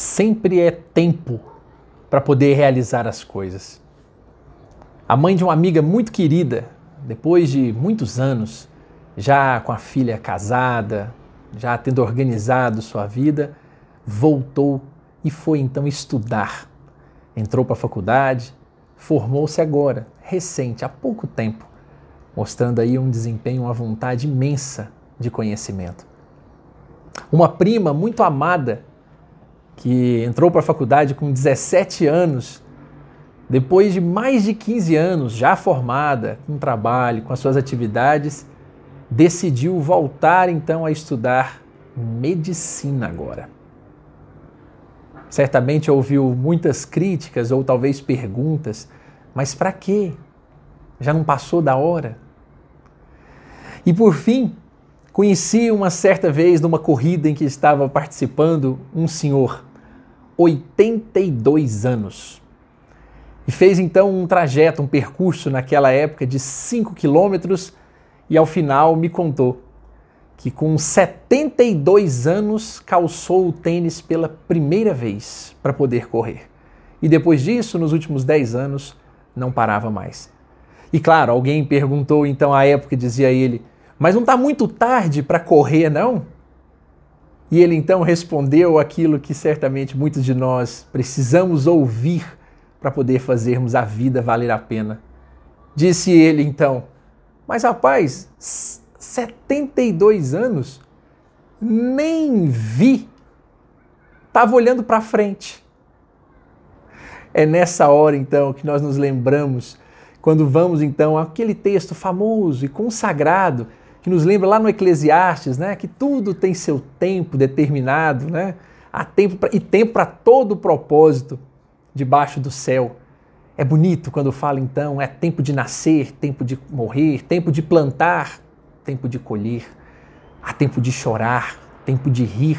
Sempre é tempo para poder realizar as coisas. A mãe de uma amiga muito querida, depois de muitos anos, já com a filha casada, já tendo organizado sua vida, voltou e foi então estudar. Entrou para a faculdade, formou-se agora, recente, há pouco tempo, mostrando aí um desempenho, uma vontade imensa de conhecimento. Uma prima muito amada, que entrou para a faculdade com 17 anos, depois de mais de 15 anos, já formada, com trabalho, com as suas atividades, decidiu voltar então a estudar medicina agora. Certamente ouviu muitas críticas ou talvez perguntas, mas para quê? Já não passou da hora? E por fim, conheci uma certa vez numa corrida em que estava participando um senhor, 82 anos. E fez então um trajeto, um percurso naquela época de 5 quilômetros e ao final me contou que com 72 anos calçou o tênis pela primeira vez para poder correr. E depois disso, nos últimos 10 anos, não parava mais. E claro, alguém perguntou então à época, dizia ele, mas não está muito tarde para correr, não? E ele então respondeu aquilo que certamente muitos de nós precisamos ouvir para poder fazermos a vida valer a pena. Disse ele então, mas rapaz, 72 anos? Nem vi. Estava olhando para frente. É nessa hora então que nós nos lembramos, quando vamos então àquele texto famoso e consagrado, que nos lembra lá no Eclesiastes, né, que tudo tem seu tempo determinado, né? Há tempo para todo o propósito debaixo do céu. É bonito quando fala então, é tempo de nascer, tempo de morrer, tempo de plantar, tempo de colher, há tempo de chorar, tempo de rir.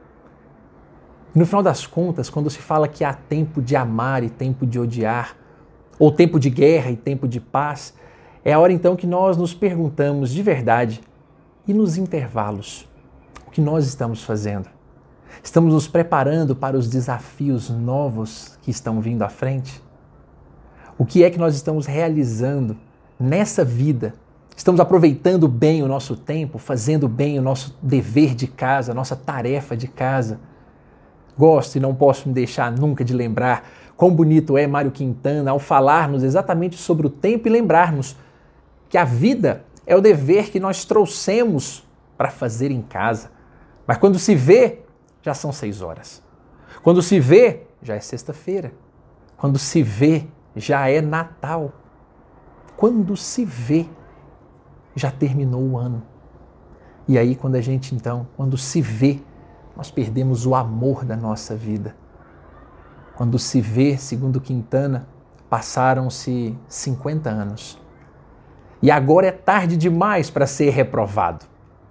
E no final das contas, quando se fala que há tempo de amar e tempo de odiar, ou tempo de guerra e tempo de paz, é a hora então que nós nos perguntamos de verdade, e nos intervalos, o que nós estamos fazendo? Estamos nos preparando para os desafios novos que estão vindo à frente? O que é que nós estamos realizando nessa vida? Estamos aproveitando bem o nosso tempo, fazendo bem o nosso dever de casa, a nossa tarefa de casa? Gosto e não posso me deixar nunca de lembrar quão bonito é Mário Quintana ao falar-nos exatamente sobre o tempo e lembrar-nos que a vida é o dever que nós trouxemos para fazer em casa. Mas quando se vê, já são 6 horas. Quando se vê, já é sexta-feira. Quando se vê, já é Natal. Quando se vê, já terminou o ano. E aí, quando se vê, nós perdemos o amor da nossa vida. Quando se vê, segundo Quintana, passaram-se 50 anos. E agora é tarde demais para ser reprovado.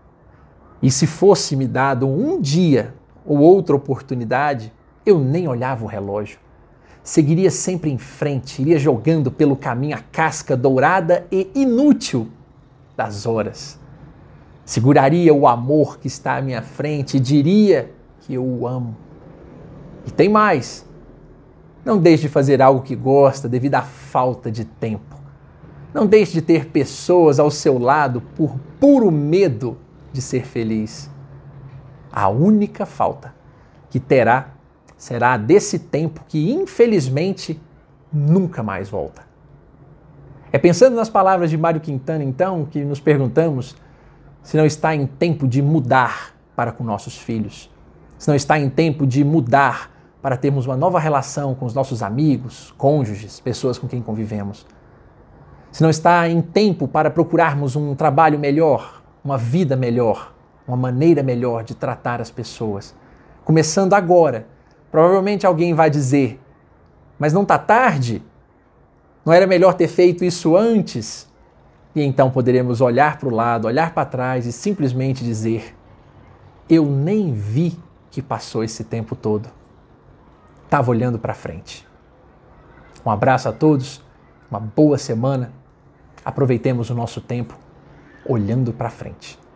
E se fosse me dado um dia ou outra oportunidade, eu nem olhava o relógio. Seguiria sempre em frente, iria jogando pelo caminho a casca dourada e inútil das horas. Seguraria o amor que está à minha frente e diria que eu o amo. E tem mais. Não deixe de fazer algo que gosta devido à falta de tempo. Não deixe de ter pessoas ao seu lado por puro medo de ser feliz. A única falta que terá será desse tempo que, infelizmente, nunca mais volta. É pensando nas palavras de Mário Quintana, então, que nos perguntamos se não está em tempo de mudar para com nossos filhos, se não está em tempo de mudar para termos uma nova relação com os nossos amigos, cônjuges, pessoas com quem convivemos. Se não está em tempo para procurarmos um trabalho melhor, uma vida melhor, uma maneira melhor de tratar as pessoas. Começando agora, provavelmente alguém vai dizer, mas não está tarde? Não era melhor ter feito isso antes? E então poderemos olhar para o lado, olhar para trás e simplesmente dizer, eu nem vi que passou esse tempo todo. Estava olhando para frente. Um abraço a todos, uma boa semana. Aproveitemos o nosso tempo olhando para frente.